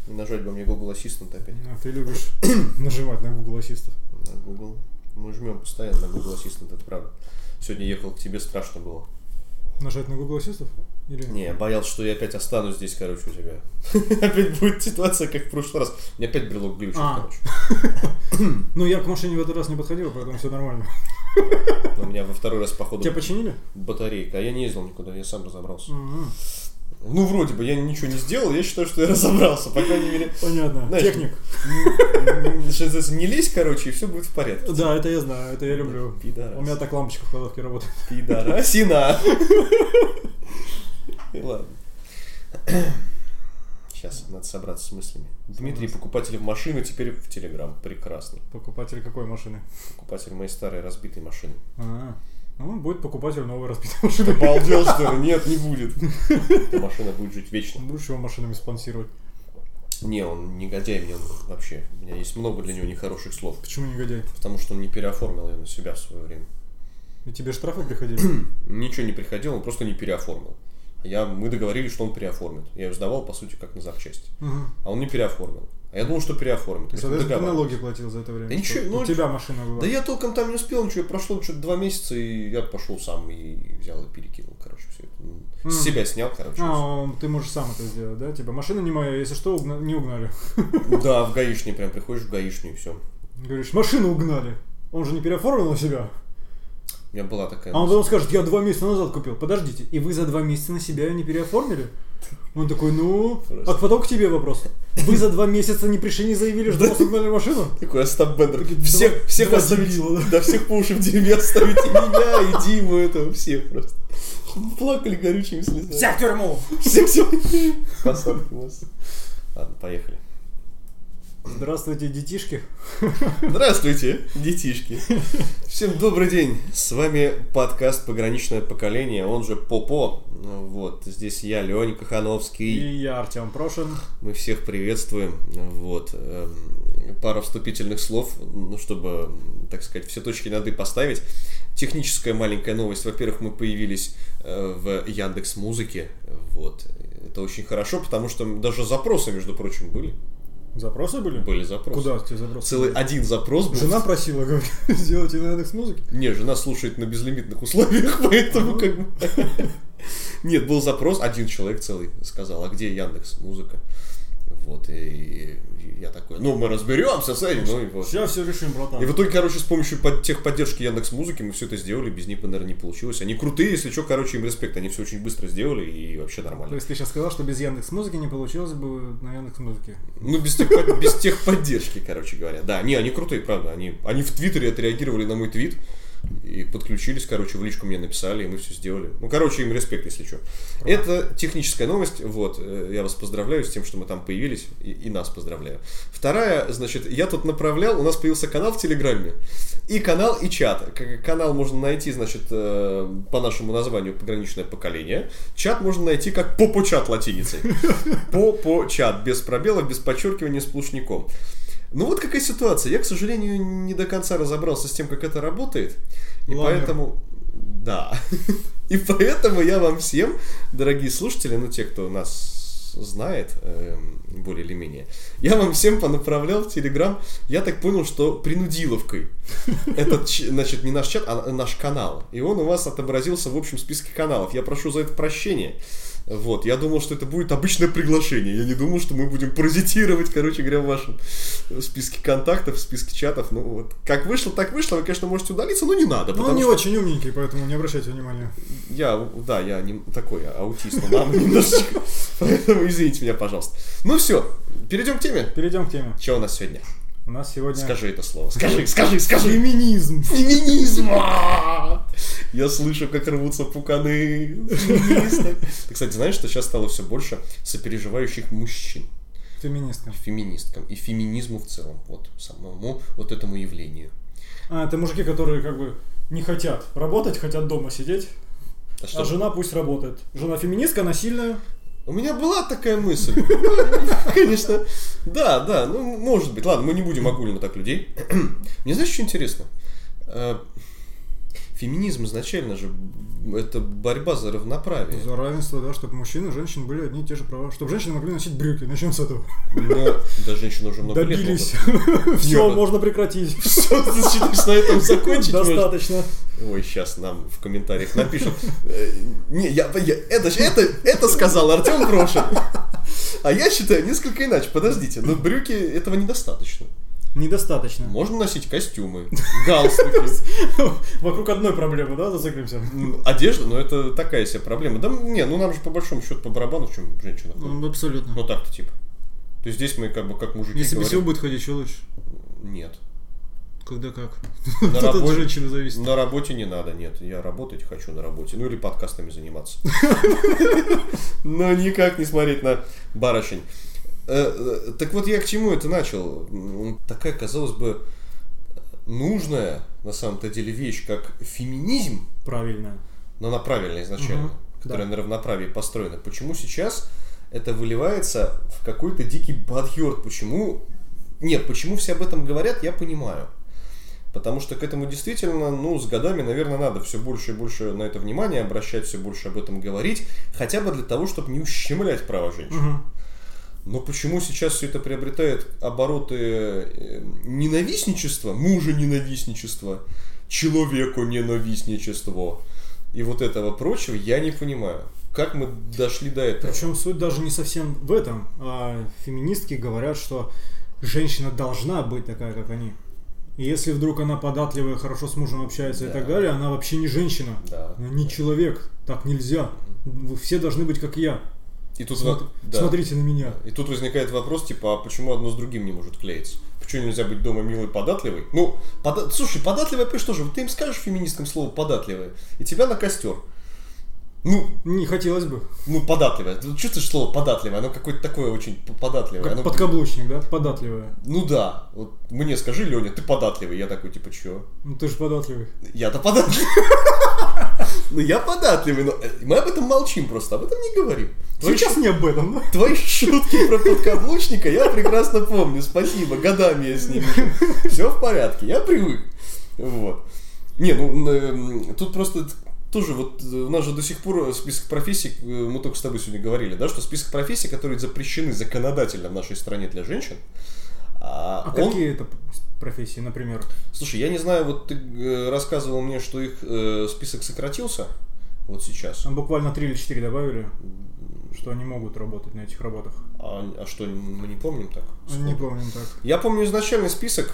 И нажать бы мне Google Assistant опять. А ты любишь нажимать на Google Assistant. На Google. Мы жмем постоянно на Google Assistant, это правда. Сегодня ехал к тебе, страшно было. Нажать на Google Assistant? Или... Не, я боялся, что я опять останусь здесь, короче, у тебя. Опять будет ситуация, как в прошлый раз. Мне опять брелок глючит, короче. Ну, я к машине в этот раз не подходил, поэтому все нормально. У меня во второй раз, походу, Тебя починили? батарейка. А я не ездил никуда, я сам разобрался. Ну, вроде бы, я ничего не сделал, я считаю, что я разобрался, по крайней мере. Понятно. Знаешь, техник. Не лезь, короче, и все будет в порядке. Да, это я знаю, это я люблю. Пидорас. У меня так лампочка в кладовке работает. Пидорасина. И ладно. Сейчас надо собраться с мыслями. Дмитрий, покупатель в машину, теперь в Телеграм. Прекрасно. Покупатель какой машины? Покупатель моей старой разбитой машины. Ну, будет покупатель новой разбитой машины. Обалдел, что ли? Нет, не будет. Эта машина будет жить вечно. Будешь его машинами спонсировать? Не, он негодяй мне вообще. У меня есть много для него нехороших слов. Почему негодяй? Потому что он не переоформил ее на себя в свое время. И тебе штрафы приходили? Ничего не приходило, он просто не переоформил. Мы договорились, что он переоформит. Я ее сдавал, по сути, как на запчасти. А он не переоформил. А я думал, что переоформит. Соответственно, ты налоги платил за это время. Да ничего, у тебя машина была. Да я толком там не успел ничего. Прошло что-то 2 месяца, и я пошел сам и взял и перекинул, короче, все это. С себя снял, короче. Ты можешь сам это сделать, да? Типа, машина не моя, если что, не угнали. Да, в гаишник прям приходишь в гаишню и все. Говоришь, машину угнали. Он же не переоформил на себя. У меня была такая... А он потом скажет, я 2 месяца назад купил. Подождите, и вы за 2 месяца на себя ее не переоформили? Он такой, а потом к тебе вопрос. Вы за 2 месяца не пришли, не заявили, что у вас угнали машину? Такой Остап Бендер. Всех оставите, да, всех по уши в дерьме оставите меня и Диму этого, всех просто. Плакали горючими слезами. Всех в тюрьму! Всех. Посадки у нас. Ладно, поехали. Здравствуйте, детишки. Здравствуйте, детишки. Всем добрый день. С вами подкаст «Пограничное поколение», он же ПОПО. Вот, здесь я, Леня Кахановский. И я, Артем Прошин. Мы всех приветствуем. Вот. Пара вступительных слов, чтобы, так сказать, все точки над «и» поставить. Техническая маленькая новость. Во-первых, мы появились в Яндекс.Музыке. Вот. Это очень хорошо, потому что даже запросы, между прочим, были. Запросы были? Были запросы. Куда тебе запросы? Целый один запрос был. Жена просила, говорит, сделать на Яндекс.Музыке? Не, жена слушает на безлимитных условиях, поэтому как бы... Нет, был запрос, один человек целый сказал, а где Яндекс.Музыка? Вот, и я такой, мы разберемся с этим, и вот. Сейчас все решим, братан. И в итоге, короче, с помощью техподдержки Яндекс.Музыки мы все это сделали, без них бы, наверное, не получилось. Они крутые, если что, короче, им респект, они все очень быстро сделали и вообще нормально. То есть ты сейчас сказал, что без Яндекс.Музыки не получилось бы на Яндекс.Музыке? Без техподдержки, короче говоря. Да, они крутые, правда. Они в Твиттере отреагировали на мой твит и подключились, короче, в личку мне написали, и мы все сделали. Короче, им респект, если что. Это техническая новость, вот, я вас поздравляю с тем, что мы там появились, и нас поздравляю. Вторая, значит, я тут направлял, у нас появился канал в Телеграме, и канал, и чат. Канал можно найти, значит, по нашему названию «Пограничное поколение». Чат можно найти как «Попо-чат» латиницей. Попо-чат, без пробелов, без подчеркивания, сплошняком. Вот какая ситуация. Я, к сожалению, не до конца разобрался с тем, как это работает. И поэтому... Да. И поэтому я вам всем, дорогие слушатели, те, кто нас знает, более или менее, я вам всем понаправлял в Телеграм, я так понял, что принудиловкой. Этот, значит, не наш чат, а наш канал. И он у вас отобразился в общем списке каналов. Я прошу за это прощения. Вот, я думал, что это будет обычное приглашение. Я не думал, что мы будем паразитировать, короче говоря, в вашем списке контактов, в списке чатов. Как вышло, так вышло. Вы, конечно, можете удалиться, но не надо. Он не очень умненький, поэтому не обращайте внимания. Я не такой аутист, мама немножечко. Поэтому извините меня, пожалуйста. Все, перейдем к теме? Перейдем к теме. Что у нас сегодня? У нас сегодня... Скажи это слово. Скажи. Феминизм. Я слышу, как рвутся пуканы феминисток. Ты, кстати, знаешь, что сейчас стало все больше сопереживающих мужчин? Феминисткам. И феминизму в целом. Вот самому вот этому явлению. Это мужики, которые как бы не хотят работать, хотят дома сидеть. А жена пусть работает. Жена феминистка, она сильная. У меня была такая мысль. Конечно. Да, может быть. Ладно, мы не будем огульно так людей. Мне знаешь, что интересно? феминизм изначально же это борьба за равноправие. За равенство, да, чтобы мужчины и женщины были одни и те же права. Чтобы женщины могли носить брюки. Начнем с этого. Но да, женщины уже много добились. лет могут. Все, можно прекратить. Все, ты считаешь, на этом закончить? Достаточно. Ой, сейчас нам в комментариях напишут. Не, это сказал Артем Прошин. А я считаю несколько иначе. Подождите, но брюки этого недостаточно. Недостаточно. Можно носить костюмы, галстуки. Вокруг одной проблемы, да, зациклимся? Одежда, но это такая себе проблема. Да не, ну нам же по большому счету по барабану, в чем женщина ходит. Абсолютно. Ну так-то типа. То есть здесь мы как бы как мужики если говорим. без всего будет ходить, что лучше? Нет. Когда как? На Тут работе, от женщины зависит. на работе не надо, нет. Я работать хочу на работе. Ну или подкастами заниматься. Но никак не смотреть на барышень. Так вот я к чему это начал? Такая, казалось бы, нужная на самом-то деле вещь, как феминизм. Правильная. Но она правильная изначально, которая на равноправии построена. Почему сейчас это выливается в какой-то дикий бадхёрт? Почему? Нет, почему все об этом говорят, я понимаю. Потому что к этому действительно, с годами, наверное, надо все больше и больше на это внимание обращать, все больше об этом говорить, хотя бы для того, чтобы не ущемлять права женщин. Но почему сейчас все это приобретает обороты ненавистничества, мужа-ненавистничества, человеку-ненавистничества и вот этого прочего, я не понимаю. Как мы дошли до этого? Причем суть даже не совсем в этом. Феминистки говорят, что женщина должна быть такая, как они. И если вдруг она податливая, хорошо с мужем общается и так далее, она вообще не женщина. Она не человек. Так нельзя. Все должны быть как я. И тут Смотрите на меня. И тут возникает вопрос, типа, а почему одно с другим не может клеиться? Почему нельзя быть дома милой, податливой? Слушай, податливая, что же, вот ты им скажешь феминисткам слово податливая, и тебя на костер. Не хотелось бы. Податливая. Ты чувствуешь слово податливое? Оно какое-то такое очень податливое. Как подкаблучник, да? Податливая. Ну да. Вот мне скажи, Леня, ты податливый. Я такой, типа, чё? Ты же податливый. Я-то податливый. Я податливый, но мы об этом молчим просто, об этом не говорим. Сейчас не об этом, да? Твои шутки про подкаблучника я прекрасно помню. Спасибо, годами я с ними жил. Все в порядке, я привык. Вот. Тут просто... Тоже вот у нас же до сих пор список профессий, мы только с тобой сегодня говорили, да, что список профессий, которые запрещены законодательно в нашей стране для женщин. Какие это профессии, например? Слушай, я не знаю, вот ты рассказывал мне, что их список сократился вот сейчас. Буквально 3 или 4 добавили, что они могут работать на этих работах. А что, мы не помним так? Не помним так. Я помню изначальный список,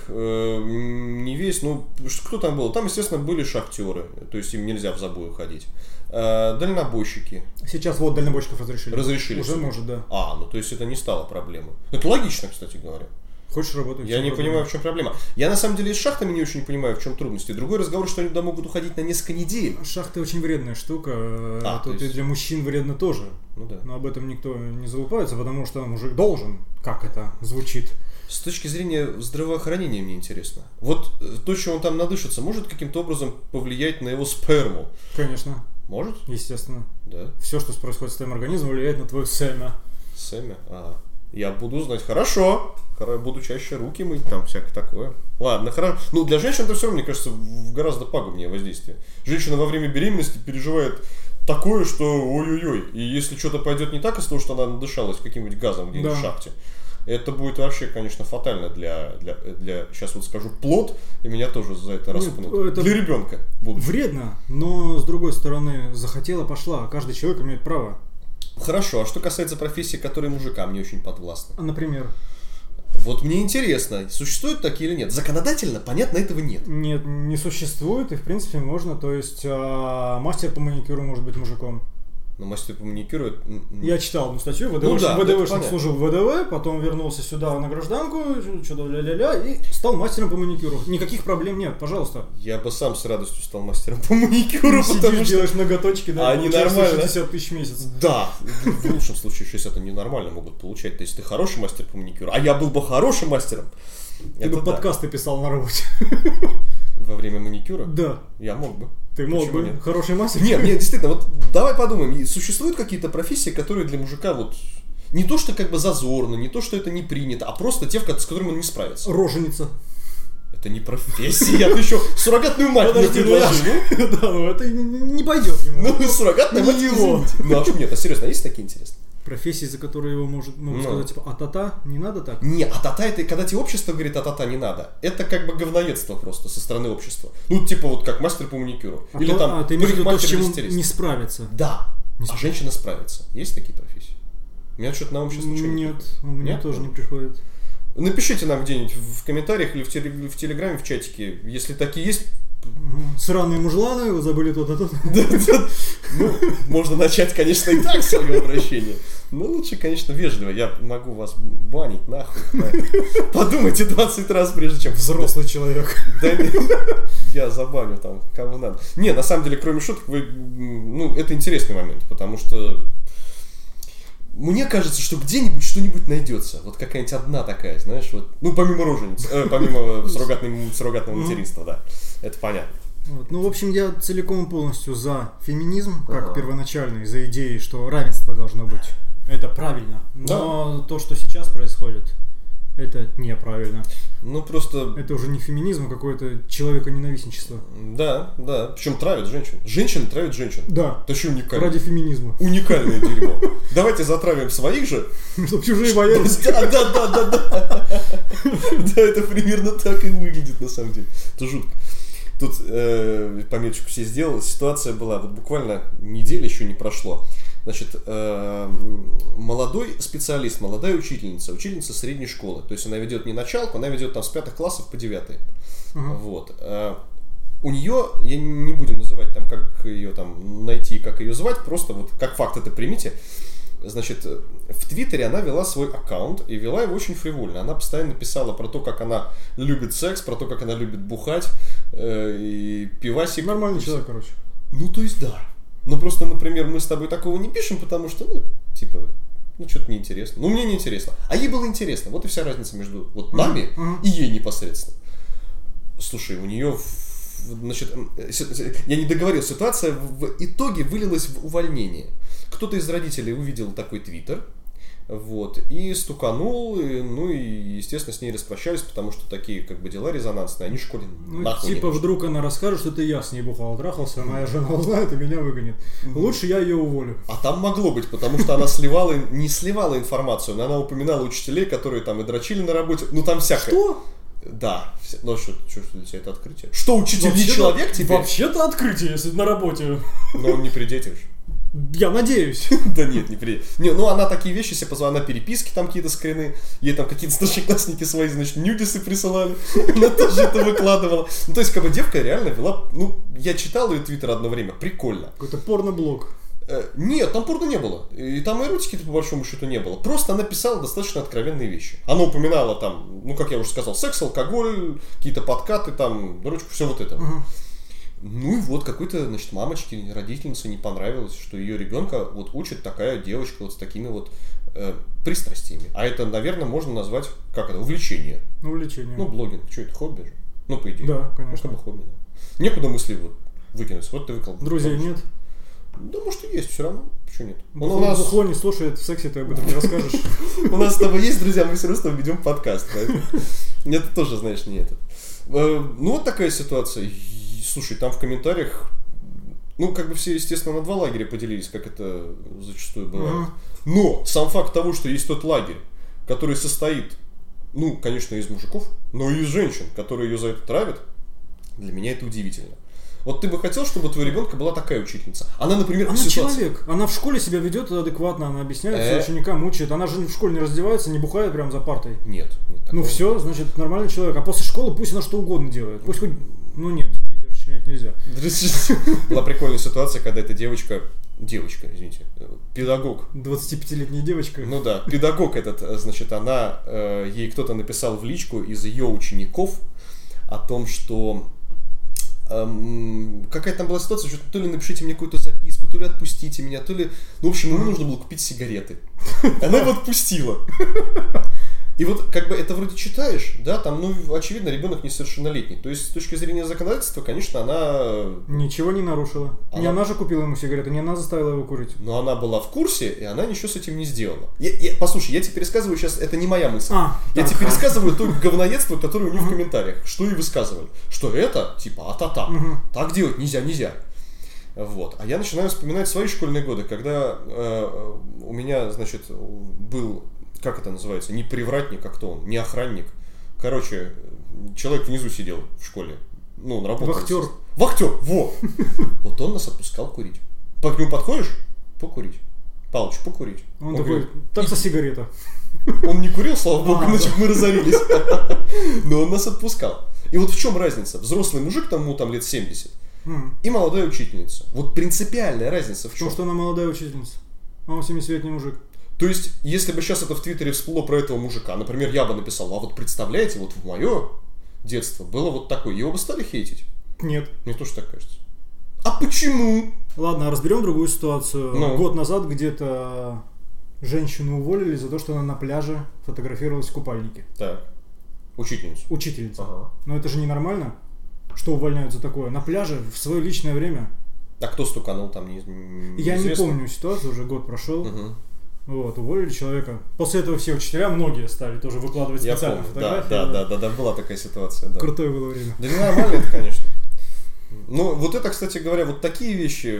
не весь, кто там был? Там, естественно, были шахтеры, то есть им нельзя в забой уходить. Дальнобойщики. Сейчас вот дальнобойщиков разрешили. Разрешили. Уже может, да. То есть это не стало проблемой. Это логично, кстати говоря. Хочешь работать? Я не понимаю, в чем проблема. Я на самом деле и с шахтами не очень понимаю, в чем трудности. Другой разговор, что они туда могут уходить на несколько недель. Шахты очень вредная штука. Тут и для мужчин вредно тоже. Да. Но об этом никто не залупается, потому что мужик должен. Как это звучит? С точки зрения здравоохранения мне интересно. Вот то, что он там надышится, может каким-то образом повлиять на его сперму? Конечно. Может? Естественно. Да. Все, что происходит с твоим организмом, влияет на твое семя. Семя? Я буду знать. Хорошо. Буду чаще руки мыть, там всякое такое. Ладно, хорошо. Для женщин это все равно, мне кажется, гораздо пагубнее воздействие. Женщина во время беременности переживает такое, что ой-ой-ой. И если что-то пойдет не так из-за того, что она надышалась каким-нибудь газом где-нибудь в шахте, это будет вообще, конечно, фатально для сейчас вот скажу, плод, и меня тоже за это распнут. Для ребенка будут. Вредно, но с другой стороны, захотела, пошла. Каждый человек имеет право. Хорошо, а что касается профессий, которые мужикам не очень подвластны? Например? Вот мне интересно, существуют такие или нет? Законодательно, понятно, этого нет. Нет, не существует, и в принципе можно. То есть мастер по маникюру может быть мужиком. Но мастер по маникюру... Я читал одну статью, ВДВшник служил в ВДВ, потом вернулся сюда на гражданку, что-то ля-ля-ля, и стал мастером по маникюру. Никаких проблем нет, пожалуйста. Я бы сам с радостью стал мастером по маникюру, потому что... делаешь ноготочки, да, они нормально. 60 тысяч в месяц. Да, в лучшем случае 60 они нормально могут получать. То есть ты хороший мастер по маникюру, а я был бы хорошим мастером. Ты бы подкасты писал на работе. Во время маникюра? Да. Я мог бы. Ты мог бы. Нет? Хороший мастер? Нет, действительно, вот давай подумаем, существуют какие-то профессии, которые для мужика вот не то, что как бы зазорно, не то, что это не принято, а просто те, с которыми он не справится. Роженица. Это не профессия, ты еще суррогатную мать мне предложил. Да, ну это не пойдет ему. Ну, суррогатная мать его. Ну, а нет, а серьезно, есть такие интересные? Профессии, за которые его могут сказать, типа, а-та-та, не надо так? Не, а-та-та, это когда тебе общество говорит, а-та-та не надо. Это как бы говноедство просто со стороны общества. Ну, типа вот как мастер по маникюру. Или там ты имеешь в виду то, с чем не справится? Да. А женщина справится. Есть такие профессии? У меня что-то на общество ничего нет. У меня тоже не приходит. Напишите нам где-нибудь в комментариях или в Телеграме, в чатике, если такие есть. Сраные мужланы, вы забыли то-то. Ну, можно начать, конечно, и так свое обращение. Но лучше, конечно, вежливо. Я могу вас банить нахуй. Подумайте 20 раз, прежде чем... Взрослый человек. Да, я забаню там, кого надо. Не, на самом деле, кроме шуток, это интересный момент, потому что мне кажется, что где-нибудь что-нибудь найдется. Вот какая-нибудь одна такая, знаешь, вот. Ну, помимо роженицы, помимо суррогатного материнства, да. Это понятно. Вот. Ну, в общем, я целиком и полностью за феминизм, как первоначальный, за идеей, что равенство должно быть. Это правильно. Но то, что сейчас происходит, это неправильно. Ну, просто... Это уже не феминизм, а какое-то человеконенавистничество. Да. Причем травят женщин. Женщины травят женщин. Да. Это еще уникально. Ради феминизма. Уникальное дерьмо. Давайте затравим своих же. Чтобы чужие боялись. Да. Да, это примерно так и выглядит на самом деле. Это жутко. Тут пометочку себе сделал. Ситуация была, вот буквально неделя еще не прошло. Значит, молодой специалист, молодая учительница средней школы. То есть она ведет не началку, она ведет там с 5 классов по 9. Вот. У нее, я не будем называть там, как ее там найти, как ее звать, просто вот как факт это примите. Значит, в Твиттере она вела свой аккаунт и вела его очень фривольно. Она постоянно писала про то, как она любит секс, про то, как она любит бухать и пивасик. Нормальный человек, короче. Ну, то есть, да. Ну, просто, например, мы с тобой такого не пишем, потому что, что-то неинтересно. Ну, мне неинтересно. А ей было интересно. Вот и вся разница между вот нами и ей непосредственно. Слушай, у нее, значит, я не договорил, ситуация в итоге вылилась в увольнение. Кто-то из родителей увидел такой твиттер, вот, и стуканул, и, естественно, с ней распрощались, потому что такие, как бы, дела резонансные, они в школе нахуй типа, вдруг она расскажет, что это я с ней бухал, трахался, моя жена узнает и меня выгонит. Лучше я ее уволю. А там могло быть, потому что она не сливала информацию, но она упоминала учителей, которые там и дрочили на работе, там всякое. Что? Да, ну что для тебя это открытие? Что, учитель не человек теперь? Вообще-то открытие, если на работе. Но он не при детях же. Я надеюсь. Да нет, не при... Не, она такие вещи себе позвала, она переписки там какие-то скрины, ей там какие-то старшеклассники свои, значит, нюдисы присылали, она тоже это выкладывала. Ну, то есть, как бы девка реально вела, я читал ее твиттер одно время, прикольно. Какой-то порно-блог. Нет, там порно не было. И там эротики-то по большому счету не было. Просто она писала достаточно откровенные вещи. Она упоминала там, как я уже сказал, секс, алкоголь, какие-то подкаты, там, дрочку, все вот это. Ну и вот какой-то, значит, мамочке, родительнице не понравилось, что ее ребенка вот учит такая девочка вот с такими вот пристрастиями. А это, наверное, можно назвать, как это, увлечение. Увлечение. Блогинг, что это, хобби же? По идее. Да, конечно. Как бы хобби, да. Некуда мысли вот выкинуть. Вот ты выкладывал. Друзей нет? Да, может и есть, все равно. Почему нет? Бухло не слушает, в сексе ты об этом не расскажешь. У нас с тобой есть, друзья, мы все равно с тобой ведем подкаст. Это тоже, знаешь, не это. Вот такая ситуация. Слушай, там в комментариях, как бы все, естественно, на два лагеря поделились, как это зачастую бывает. Но сам факт того, что есть тот лагерь, который состоит, конечно, из мужиков, но и из женщин, которые ее за это травят, для меня это удивительно. Вот ты бы хотел, чтобы у твоего ребенка была такая учительница. Она, например, она человек. Она в школе себя ведет адекватно, она объясняет все ученикам, учит. Она же в школе не раздевается, не бухает прямо за партой. Нет. Все, значит, нормальный человек. А после школы пусть она что угодно делает. Пусть хоть, нет, детей расчленять нельзя. Была прикольная ситуация, когда эта девочка, извините, педагог. 25-летняя девочка. Ну да, педагог этот, значит, ей кто-то написал в личку из ее учеников о том, что какая там была ситуация, что то ли напишите мне какую-то записку, то ли отпустите меня, то ли... в общем, ему нужно было купить сигареты. Она его отпустила. И вот как бы это вроде читаешь, да, там, ну, очевидно, ребенок несовершеннолетний. То есть, с точки зрения законодательства, конечно, она... Ничего не нарушила. Не она же купила ему сигареты, не она заставила его курить. Но она была в курсе, и она ничего с этим не сделала. Послушай, я тебе пересказываю сейчас, это не моя мысль. Я тебе пересказываю то говноедство, которое у них в комментариях. Что и высказывали. Что это, типа, а-та-та. Так делать нельзя. Вот. А я начинаю вспоминать свои школьные годы, когда у меня, значит, был... Как это называется? Не привратник, а кто он? Не охранник. Короче, человек внизу сидел в школе. Ну, он работал. Вахтер, во! Вот он нас отпускал курить. К нему подходишь? Покурить. Палыч, покурить. Он такой, так за сигарета. Он не курил, слава богу, иначе мы разорились. Но он нас отпускал. И вот в чем разница? Взрослый мужик, тому там лет 70, и молодая учительница. Вот принципиальная разница в чем? Потому что она молодая учительница, а он 70-летний мужик. То есть, если бы сейчас это в Твиттере всплыло про этого мужика, например, я бы написал, а вот представляете, вот в мое детство было вот такое, его бы стали хейтить? Нет. Мне тоже так кажется. А почему? Ладно, разберем другую ситуацию. Год назад где-то женщину уволили за то, что она на пляже фотографировалась в купальнике. Так. Учительница. Ага. Но это же ненормально, что увольняют за такое. На пляже в свое личное время. А кто стуканул там, Я не помню ситуацию, уже год прошел. Вот, уволили человека. После этого все учителя, многие стали тоже выкладывать специально фотографии. Да, была такая ситуация. Да. Крутое было время. Да нормально это, конечно. Ну, вот это, кстати говоря, вот такие вещи,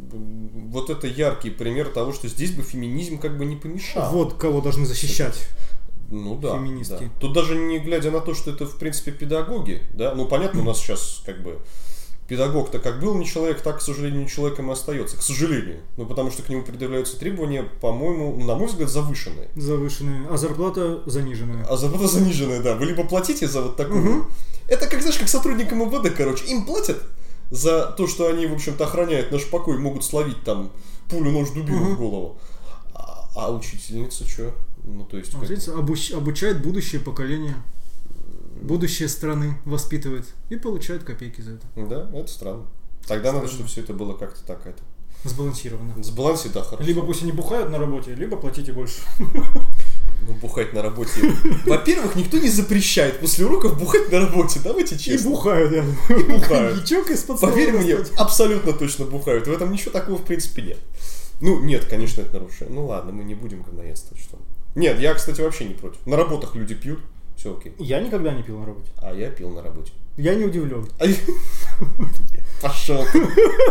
вот это яркий пример того, что здесь бы феминизм как бы не помешал. Вот кого должны защищать. Ну да, феминистки. Да. Тут даже не глядя на то, что это в принципе педагоги, да, ну понятно, у нас сейчас как бы педагог-то как был не человек, так, к сожалению, не человеком и остается, к сожалению. Ну потому что к нему предъявляются требования, по-моему, на мой взгляд, завышенные. Завышенные, а зарплата заниженная. Да. Вы либо платите за вот такую... Это как, знаешь, как сотрудникам МВД, короче, им платят за то, что они, в общем-то, охраняют наш покой, могут словить там пулю, нож, дубину в голову. А учительница что? Ну, то есть... Обучает будущее поколение, будущее страны воспитывает и получает копейки за это. Да, это странно. Тогда надо, чтобы все это было как-то так, это... Сбалансировано. Да, хорошо. Либо пусть они бухают на работе, либо платите больше. Ну, бухать на работе. Во-первых, никто не запрещает после уроков бухать на работе, давайте честно. И бухают, я думаю. И бухают. Коньячок из-под стола. Поверь мне, абсолютно точно бухают. В этом ничего такого в принципе нет. Ну, нет, конечно, это нарушение. Ну ладно, мы не будем говноедствовать, что. Нет, я, кстати, вообще не против. На работах люди пьют, все окей. Я никогда не пил на работе. А я пил на работе. Я не удивлен. Пошел ты.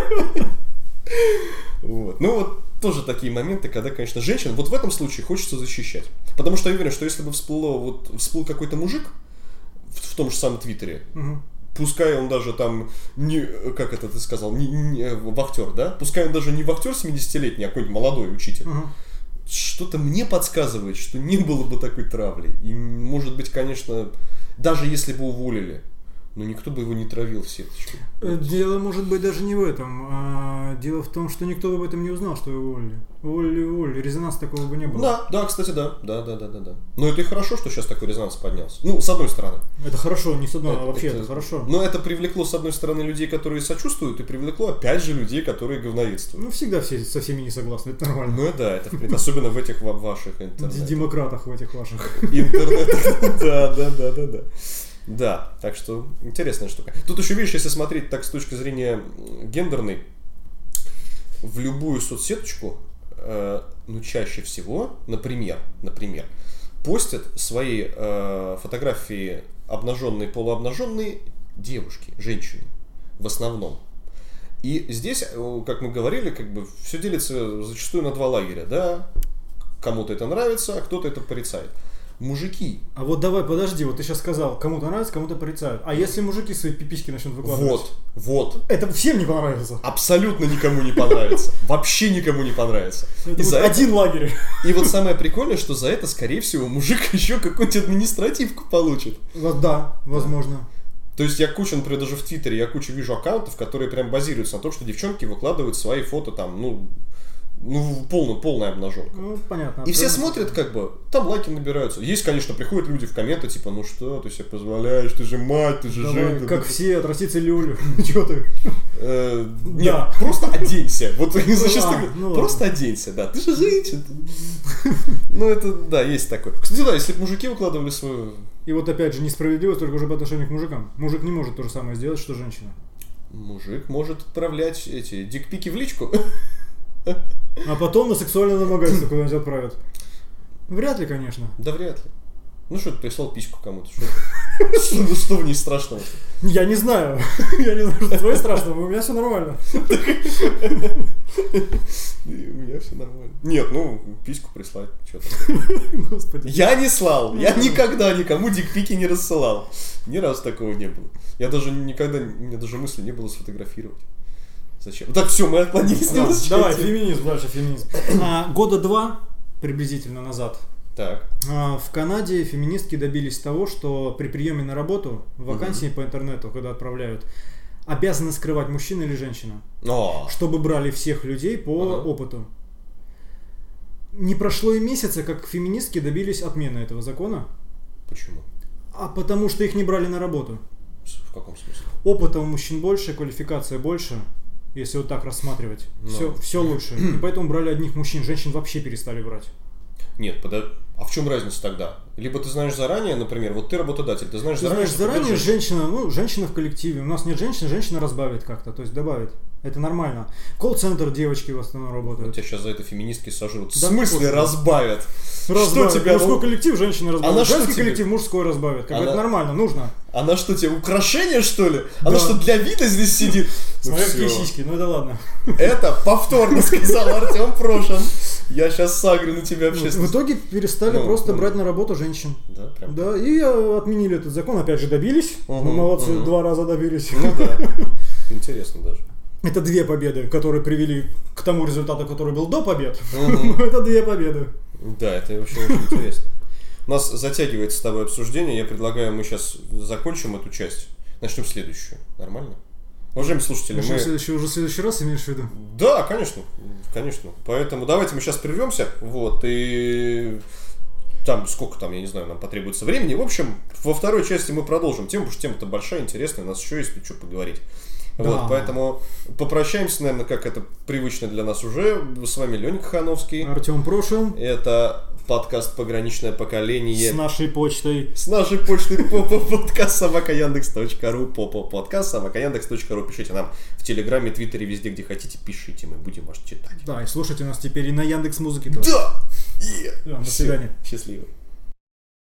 Вот. Ну вот тоже такие моменты, когда, конечно, женщин вот в этом случае хочется защищать. Потому что я уверен, что если бы всплыл какой-то мужик в том же самом Твиттере, пускай он даже там не, как это ты сказал, не вахтер, да? Пускай он даже не вахтер 70-летний, а какой-нибудь молодой учитель. Что-то мне подсказывает, что не было бы такой травли. И, может быть, конечно, даже если бы уволили, но никто бы его не травил в сеточку. Дело может быть даже не в этом. А дело в том, что никто об этом не узнал, что его уволили. Уволили. Резонанса такого бы не было. Да, кстати, да. Но это и хорошо, что сейчас такой резонанс поднялся. Ну, с одной стороны. Это хорошо, не с одной, а вообще это хорошо. Но это привлекло, с одной стороны, людей, которые сочувствуют, и привлекло, опять же, людей, которые говноедствуют. Ну, всегда все со всеми не согласны, это нормально. Ну, да, это особенно в этих ваших интернетах. Демократах в этих ваших. Интернетах, да. Да, так что интересная штука. Тут еще, видишь, если смотреть так с точки зрения гендерной, в любую соцсеточку, ну, чаще всего, например, постят свои фотографии обнаженные, полуобнаженные девушки, женщины, в основном. И здесь, как мы говорили, как бы все делится зачастую на два лагеря, да? Кому-то это нравится, а кто-то это порицает. Мужики. А вот давай, подожди, вот ты сейчас сказал, кому-то нравится, кому-то порицают. А если мужики свои пиписьки начнут выкладывать? Вот. Это всем не понравится. Абсолютно никому не понравится. Вообще никому не понравится. Один лагерь. И вот самое прикольное, что за это, скорее всего, мужик еще какую-нибудь административку получит. Да, возможно. То есть я кучу, например, даже в Твиттере, я кучу вижу аккаунтов, которые прям базируются на том, что девчонки выкладывают свои фото там, ну, Ну, полная обнаженка. Ну, понятно. И все смотрят, как бы, там лайки набираются. Есть, конечно, приходят люди в комменты, типа, ну что, ты себе позволяешь, ты же мать, ты же женщина. Как все, отрастите люлю. Чего ты? Нет, просто оденься. Вот просто оденься, да. Ты же женщина. Ну, это, да, есть такое. Кстати, да, если бы мужики выкладывали свою... И вот опять же, несправедливость только уже по отношению к мужикам. Мужик не может то же самое сделать, что женщина. Мужик может отправлять эти дикпики в личку. А потом на сексуальное домогательство куда-нибудь отправят. Вряд ли, конечно. Да вряд ли. Ну что ты прислал письку кому-то? Что в ней страшного? Я не знаю. Я не знаю, что твое страшного. У меня все нормально. У меня все нормально. Нет, ну, письку прислать. Господи. Я не слал. Я никогда никому дикпики не рассылал. Ни разу такого не было. Я даже никогда, у меня даже мысли не было сфотографировать. Зачем? Так, все, мы отклонились. Давай, феминизм, дальше феминизм. Года 2 приблизительно назад так. В Канаде феминистки добились того, что при приеме на работу вакансии по интернету, когда отправляют, обязаны скрывать мужчина или женщина, чтобы брали всех людей по опыту. Не прошло и месяца, как феминистки добились отмены этого закона. Почему? А потому что их не брали на работу. В каком смысле? Опыта у мужчин больше, квалификация больше. Если вот так рассматривать, все лучше. И поэтому брали одних мужчин, женщин вообще перестали брать. Нет, а в чем разница тогда? Либо ты знаешь заранее, например, вот ты работодатель, ты знаешь заранее, женщина в коллективе. У нас нет женщины, женщина разбавит как-то, то есть добавит. Это нормально. Колл-центр девочки в основном работают. Вот тебя сейчас за это феминистки сожрут. Да, в смысле разбавят? Что тебя? Мужской коллектив женщина разбавит. Женский коллектив мужской разбавит. Как это нормально, нужно. Она что, тебе украшение, что ли? Она что, для вида здесь сидит? Смотри, какие сиськи, ну да ладно. Это повторно сказал Артем Прошин. Я сейчас сагрю на тебя общественно. В итоге перестали просто брать на работу женщин. Да, прям. Да, и отменили этот закон. Опять же добились. Молодцы, 2 раза добились. Ну да. Интересно даже. Это 2 победы, которые привели к тому результату, который был до побед. Это 2 победы. Да, это вообще очень интересно. У нас затягивается с тобой обсуждение. Я предлагаю, мы сейчас закончим эту часть. Начнем следующую. Нормально? Уважаемые слушатели, мы... Уже в следующий раз имеешь в виду? Да, конечно. Конечно. Поэтому давайте мы сейчас прервемся. Вот, и... Там, сколько там, я не знаю, нам потребуется времени. В общем, во второй части мы продолжим тему, потому что тема-то большая, интересная. У нас еще есть что поговорить. Да. Вот, поэтому попрощаемся, наверное, как это привычно для нас уже. С вами Леня Кахановский. Артем Прошин. Это подкаст «Пограничное поколение». С нашей почтой. С нашей почтой popopodcast@yandex.ru popopodcast@yandex.ru. Пишите нам в Телеграме, Твиттере, везде, где хотите, пишите, мы будем вас читать. Да, и слушайте нас теперь и на Яндекс.Музыке тоже. Да! До свидания. Счастливо.